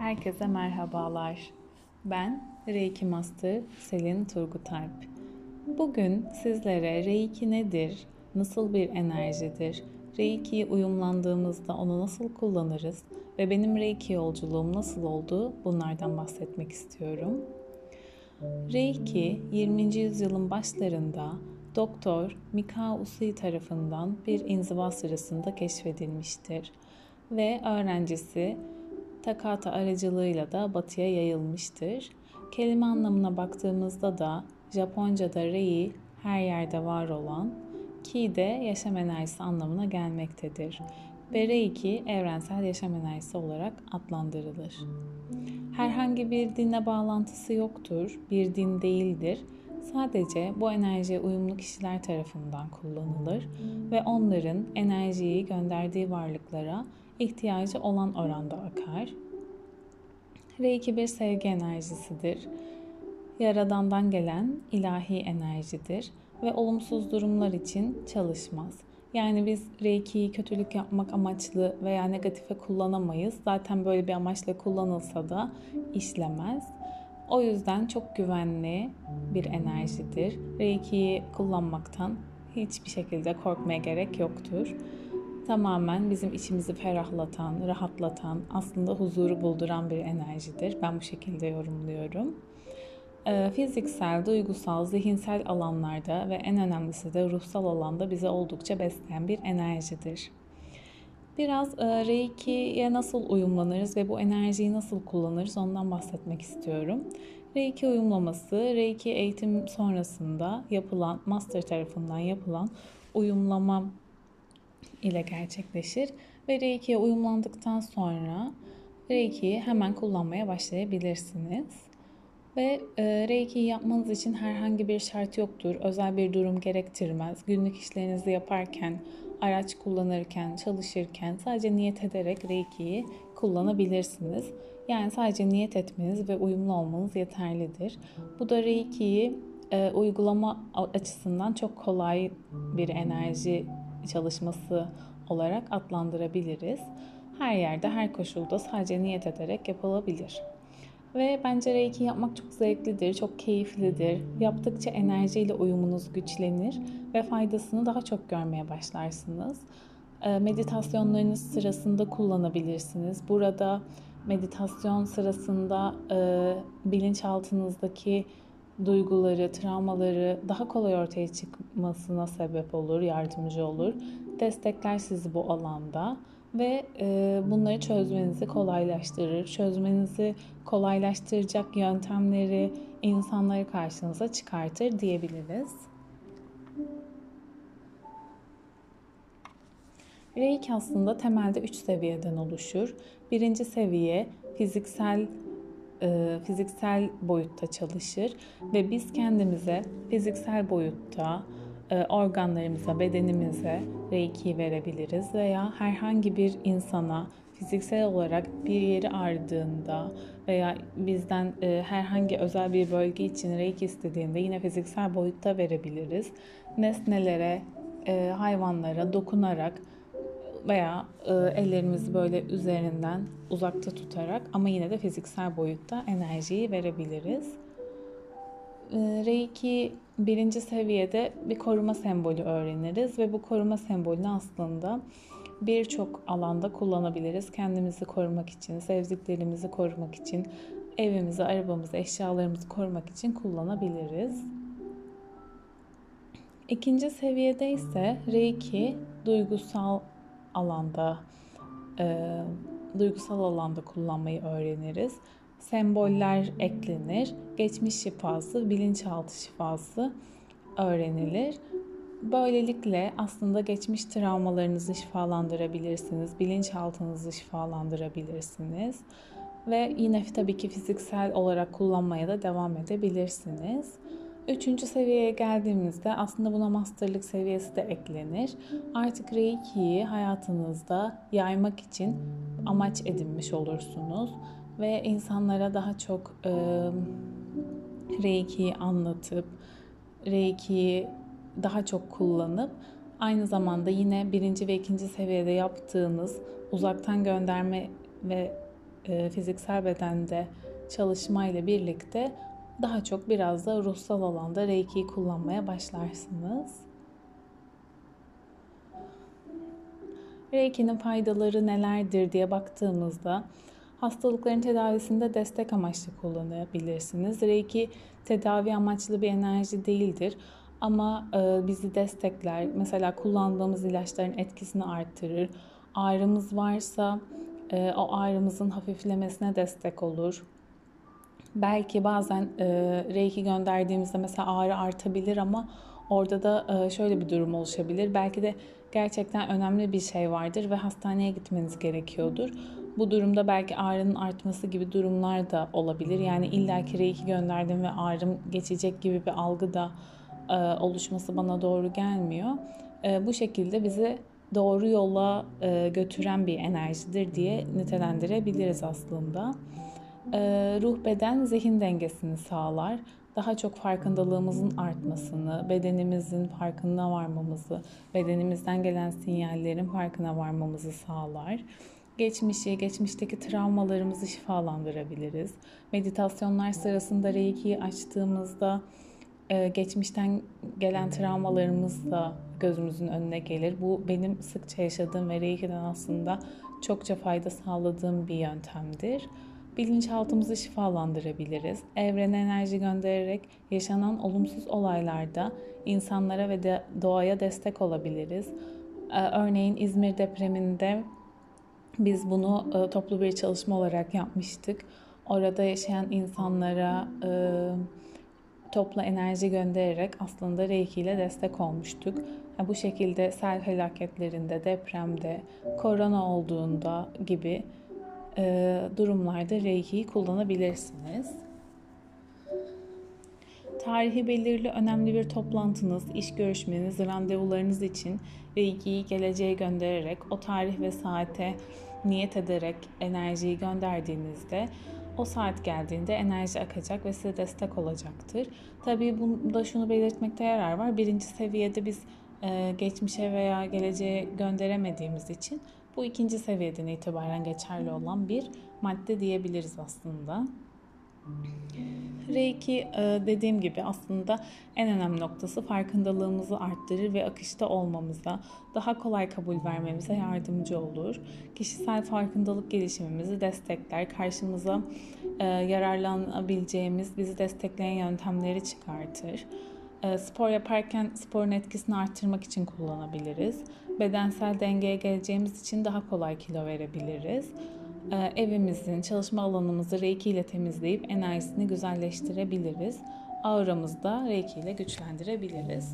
Herkese merhabalar. Ben Reiki Master Selin Turgutalp. Bugün sizlere Reiki nedir, nasıl bir enerjidir, Reiki'ye uyumlandığımızda onu nasıl kullanırız ve benim Reiki yolculuğum nasıl oldu bunlardan bahsetmek istiyorum. Reiki 20. yüzyılın başlarında Doktor Mikao Usui tarafından bir inziva sırasında keşfedilmiştir ve öğrencisi Takata aracılığıyla da batıya yayılmıştır. Kelime anlamına baktığımızda da Japonca'da rei her yerde var olan, ki de yaşam enerjisi anlamına gelmektedir. Ve reiki evrensel yaşam enerjisi olarak adlandırılır. Herhangi bir dinle bağlantısı yoktur, bir din değildir. Sadece bu enerjiye uyumlu kişiler tarafından kullanılır ve onların enerjiyi gönderdiği varlıklara ihtiyacı olan oranda akar. Reiki bir sevgi enerjisidir. Yaradan'dan gelen ilahi enerjidir ve olumsuz durumlar için çalışmaz. Yani biz Reiki'yi kötülük yapmak amaçlı veya negatife kullanamayız. Zaten böyle bir amaçla kullanılsa da işlemez. O yüzden çok güvenli bir enerjidir. Reiki'yi kullanmaktan hiçbir şekilde korkmaya gerek yoktur. Tamamen bizim içimizi ferahlatan, rahatlatan, aslında huzuru bulduran bir enerjidir. Ben bu şekilde yorumluyorum. Fiziksel, duygusal, zihinsel alanlarda ve en önemlisi de ruhsal alanda bizi oldukça besleyen bir enerjidir. Biraz Reiki'ye nasıl uyumlanırız ve bu enerjiyi nasıl kullanırız ondan bahsetmek istiyorum. Reiki uyumlaması, Reiki eğitim sonrasında yapılan, master tarafından yapılan uyumlama ile gerçekleşir ve Reiki'ye uyumlandıktan sonra Reiki'yi hemen kullanmaya başlayabilirsiniz. Ve Reiki'yi yapmanız için herhangi bir şart yoktur. Özel bir durum gerektirmez. Günlük işlerinizi yaparken, araç kullanırken, çalışırken sadece niyet ederek Reiki'yi kullanabilirsiniz. Yani sadece niyet etmeniz ve uyumlu olmanız yeterlidir. Bu da Reiki'yi uygulama açısından çok kolay bir enerji çalışması olarak adlandırabiliriz. Her yerde, her koşulda sadece niyet ederek yapılabilir. Ve bence Reiki yapmak çok zevklidir, çok keyiflidir. Yaptıkça enerjiyle uyumunuz güçlenir ve faydasını daha çok görmeye başlarsınız. Meditasyonlarınız sırasında kullanabilirsiniz. Burada meditasyon sırasında bilinçaltınızdaki duyguları, travmaları daha kolay ortaya çıkmasına sebep olur, yardımcı olur. Destekler sizi bu alanda ve bunları çözmenizi kolaylaştırır. Çözmenizi kolaylaştıracak yöntemleri, insanları karşınıza çıkartır diyebiliriz. Reiki aslında temelde 3 seviyeden oluşur. Birinci seviye fiziksel boyutta çalışır ve biz kendimize fiziksel boyutta organlarımıza, bedenimize Reiki verebiliriz veya herhangi bir insana fiziksel olarak bir yeri ağrıdığında veya bizden herhangi özel bir bölge için Reiki istediğinde yine fiziksel boyutta verebiliriz. Nesnelere, hayvanlara dokunarak veya ellerimizi böyle üzerinden uzakta tutarak ama yine de fiziksel boyutta enerjiyi verebiliriz. Reiki birinci seviyede bir koruma sembolü öğreniriz ve bu koruma sembolünü aslında birçok alanda kullanabiliriz. Kendimizi korumak için, sevdiklerimizi korumak için, evimizi, arabamızı, eşyalarımızı korumak için kullanabiliriz. İkinci seviyede ise Reiki alanda duygusal alanda kullanmayı öğreniriz. Semboller eklenir, geçmiş şifası, bilinçaltı şifası öğrenilir. Böylelikle aslında geçmiş travmalarınızı şifalandırabilirsiniz, bilinçaltınızı şifalandırabilirsiniz ve yine tabii ki fiziksel olarak kullanmaya da devam edebilirsiniz. Üçüncü seviyeye geldiğimizde aslında buna masterlık seviyesi de eklenir. Artık Reiki'yi hayatınızda yaymak için amaç edinmiş olursunuz ve insanlara daha çok Reiki'yi anlatıp, Reiki'yi daha çok kullanıp aynı zamanda yine birinci ve ikinci seviyede yaptığınız uzaktan gönderme ve fiziksel bedende çalışmayla birlikte daha çok biraz da ruhsal alanda Reiki'yi kullanmaya başlarsınız. Reiki'nin faydaları nelerdir diye baktığımızda hastalıkların tedavisinde destek amaçlı kullanabilirsiniz. Reiki tedavi amaçlı bir enerji değildir ama bizi destekler. Mesela kullandığımız ilaçların etkisini arttırır. Ağrımız varsa o ağrımızın hafiflemesine destek olur. Belki bazen Reiki gönderdiğimizde mesela ağrı artabilir ama orada da şöyle bir durum oluşabilir. Belki de gerçekten önemli bir şey vardır ve hastaneye gitmeniz gerekiyordur. Bu durumda belki ağrının artması gibi durumlar da olabilir. Yani illaki Reiki gönderdim ve ağrım geçecek gibi bir algı da oluşması bana doğru gelmiyor. Bu şekilde bizi doğru yola götüren bir enerjidir diye nitelendirebiliriz aslında. Ruh, beden, zihin dengesini sağlar. Daha çok farkındalığımızın artmasını, bedenimizin farkına varmamızı, bedenimizden gelen sinyallerin farkına varmamızı sağlar. Geçmişteki travmalarımızı şifalandırabiliriz. Meditasyonlar sırasında Reiki'yi açtığımızda geçmişten gelen travmalarımız da gözümüzün önüne gelir. Bu benim sıkça yaşadığım ve Reiki'den aslında çokça fayda sağladığım bir yöntemdir. Bilinçaltımızı şifalandırabiliriz. Evrene enerji göndererek yaşanan olumsuz olaylarda insanlara ve doğaya destek olabiliriz. Örneğin İzmir depreminde biz bunu toplu bir çalışma olarak yapmıştık. Orada yaşayan insanlara toplu enerji göndererek aslında Reiki ile destek olmuştuk. Bu şekilde sel felaketlerinde, depremde, korona olduğunda gibi durumlarda Reiki'yi kullanabilirsiniz. Tarihi belirli önemli bir toplantınız, iş görüşmeniz, randevularınız için Reiki'yi geleceğe göndererek o tarih ve saate niyet ederek enerjiyi gönderdiğinizde o saat geldiğinde enerji akacak ve size destek olacaktır. Tabii bunda şunu belirtmekte yarar var. Birinci seviyede biz geçmişe veya geleceğe gönderemediğimiz için bu ikinci seviyeden itibaren geçerli olan bir madde diyebiliriz aslında. Reiki dediğim gibi aslında en önemli noktası farkındalığımızı arttırır ve akışta olmamıza, daha kolay kabul vermemize yardımcı olur. Kişisel farkındalık gelişimimizi destekler, karşımıza yararlanabileceğimiz, bizi destekleyen yöntemleri çıkartır. Spor yaparken sporun etkisini arttırmak için kullanabiliriz. Bedensel dengeye geleceğimiz için daha kolay kilo verebiliriz. Evimizin, çalışma alanımızı Reiki ile temizleyip enerjisini güzelleştirebiliriz. Auramızı da Reiki ile güçlendirebiliriz.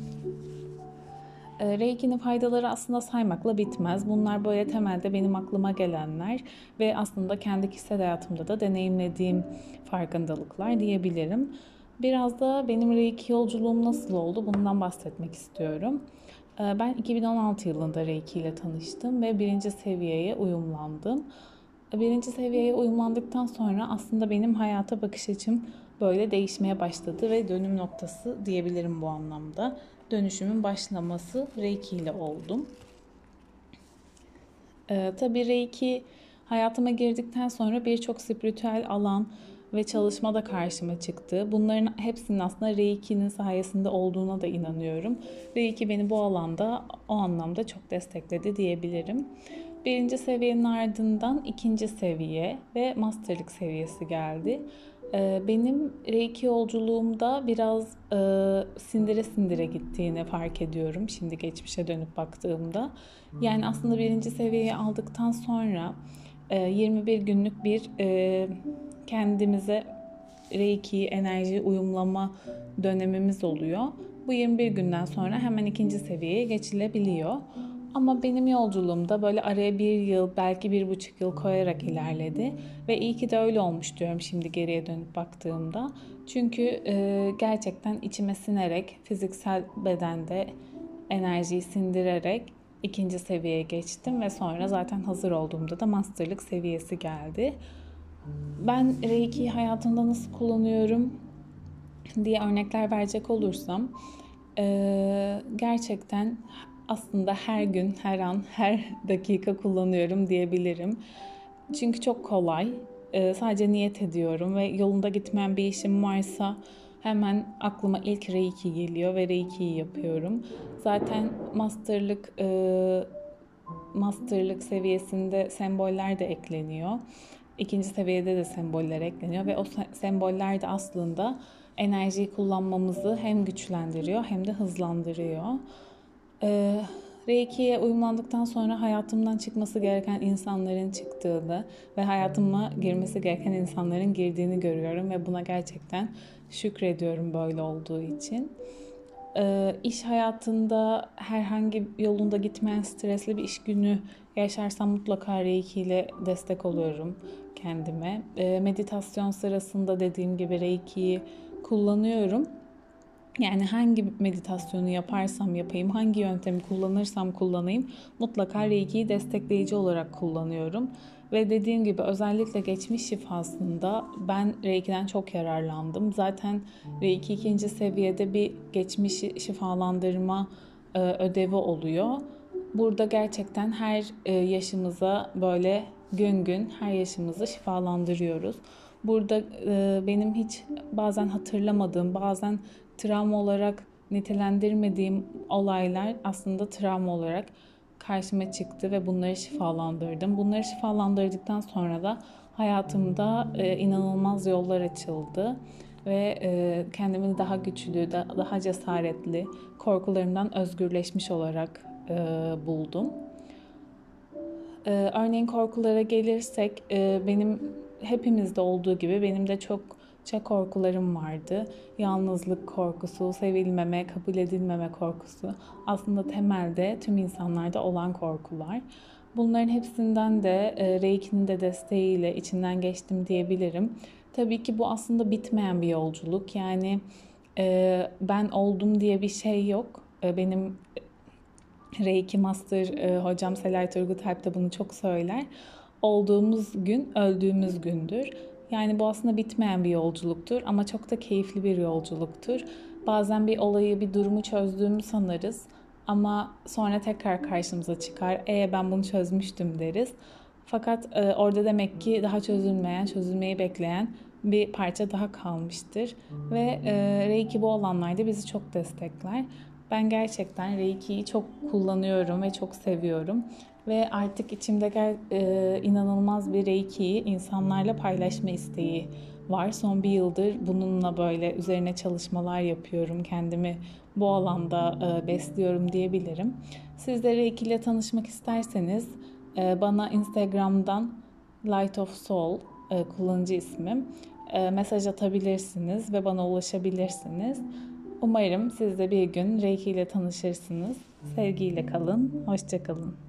Reiki'nin faydaları aslında saymakla bitmez. Bunlar böyle temelde benim aklıma gelenler ve aslında kendi kişisel hayatımda da deneyimlediğim farkındalıklar diyebilirim. Biraz da benim Reiki yolculuğum nasıl oldu bundan bahsetmek istiyorum. Ben 2016 yılında Reiki ile tanıştım ve birinci seviyeye uyumlandım. Birinci seviyeye uyumlandıktan sonra aslında benim hayata bakış açım böyle değişmeye başladı ve dönüm noktası diyebilirim bu anlamda. Dönüşümün başlaması Reiki ile oldum. Tabii Reiki hayatıma girdikten sonra birçok spiritüel alan ve çalışma da karşıma çıktı. Bunların hepsinin aslında Reiki'nin sayesinde olduğuna da inanıyorum. Reiki beni bu alanda, o anlamda çok destekledi diyebilirim. Birinci seviyenin ardından ikinci seviye ve masterlık seviyesi geldi. Benim Reiki yolculuğumda biraz sindire sindire gittiğini fark ediyorum şimdi geçmişe dönüp baktığımda. Yani aslında birinci seviyeyi aldıktan sonra 21 günlük bir kendimize Reiki, enerji uyumlama dönemimiz oluyor. Bu 21 günden sonra hemen ikinci seviyeye geçilebiliyor. Ama benim yolculuğumda böyle araya 1 yıl, belki 1,5 yıl koyarak ilerledi. Ve iyi ki de öyle olmuş diyorum şimdi geriye dönüp baktığımda. Çünkü gerçekten içime sinerek, fiziksel bedende enerjiyi sindirerek ikinci seviyeye geçtim. Ve sonra zaten hazır olduğumda da masterlık seviyesi geldi. Ben Reiki'yi hayatımda nasıl kullanıyorum diye örnekler verecek olursam gerçekten aslında her gün, her an, her dakika kullanıyorum diyebilirim. Çünkü çok kolay. Sadece niyet ediyorum ve yolunda gitmeyen bir işim varsa hemen aklıma ilk Reiki geliyor ve Reiki'yi yapıyorum. Zaten masterlık seviyesinde semboller de ekleniyor. İkinci seviyede de semboller ekleniyor ve o semboller de aslında enerjiyi kullanmamızı hem güçlendiriyor hem de hızlandırıyor. Ee, Reiki'ye uyumlandıktan sonra hayatımdan çıkması gereken insanların çıktığını ve hayatıma girmesi gereken insanların girdiğini görüyorum ve buna gerçekten şükrediyorum böyle olduğu için. İş hayatında herhangi yolunda gitmeyen stresli bir iş günü yaşarsam mutlaka Reiki ile destek oluyorum kendime. Meditasyon sırasında dediğim gibi Reiki'yi kullanıyorum. Yani hangi meditasyonu yaparsam yapayım, hangi yöntemi kullanırsam kullanayım mutlaka Reiki'yi destekleyici olarak kullanıyorum. Ve dediğim gibi özellikle geçmiş şifasında ben Reiki'den çok yararlandım. Zaten Reiki ikinci seviyede bir geçmiş şifalandırma ödevi oluyor. Burada gerçekten her yaşımıza böyle gün gün her yaşımızı şifalandırıyoruz. Burada benim hiç bazen hatırlamadığım, bazen travma olarak nitelendirmediğim olaylar aslında travma olarak karşıma çıktı ve bunları şifalandırdım. Bunları şifalandırdıktan sonra da hayatımda inanılmaz yollar açıldı ve kendimi daha güçlü, daha cesaretli, korkularımdan özgürleşmiş olarak buldum. Örneğin korkulara gelirsek benim hepimizde olduğu gibi benim de çokça korkularım vardı. Yalnızlık korkusu, sevilmeme, kabul edilmeme korkusu aslında temelde tüm insanlarda olan korkular. Bunların hepsinden de Reiki'nin de desteğiyle içinden geçtim diyebilirim. Tabii ki bu aslında bitmeyen bir yolculuk. Yani ben oldum diye bir şey yok. Benim Reiki Master hocam Selay Turgut Alp de bunu çok söyler. Olduğumuz gün öldüğümüz gündür. Yani bu aslında bitmeyen bir yolculuktur ama çok da keyifli bir yolculuktur. Bazen bir olayı, bir durumu çözdüğümü sanırız ama sonra tekrar karşımıza çıkar. Ben bunu çözmüştüm deriz. Fakat orada demek ki daha çözülmeyen, çözülmeyi bekleyen bir parça daha kalmıştır. Ve Reiki bu alanlarda bizi çok destekler. Ben gerçekten Reiki'yi çok kullanıyorum ve çok seviyorum. Ve artık içimde inanılmaz bir Reiki'yi insanlarla paylaşma isteği var. Son bir yıldır bununla böyle üzerine çalışmalar yapıyorum. Kendimi bu alanda besliyorum diyebilirim. Siz de Reiki ile tanışmak isterseniz bana Instagram'dan Light of Soul kullanıcı ismim mesaj atabilirsiniz ve bana ulaşabilirsiniz. Umarım siz de bir gün Reiki ile tanışırsınız. Sevgiyle kalın, hoşça kalın.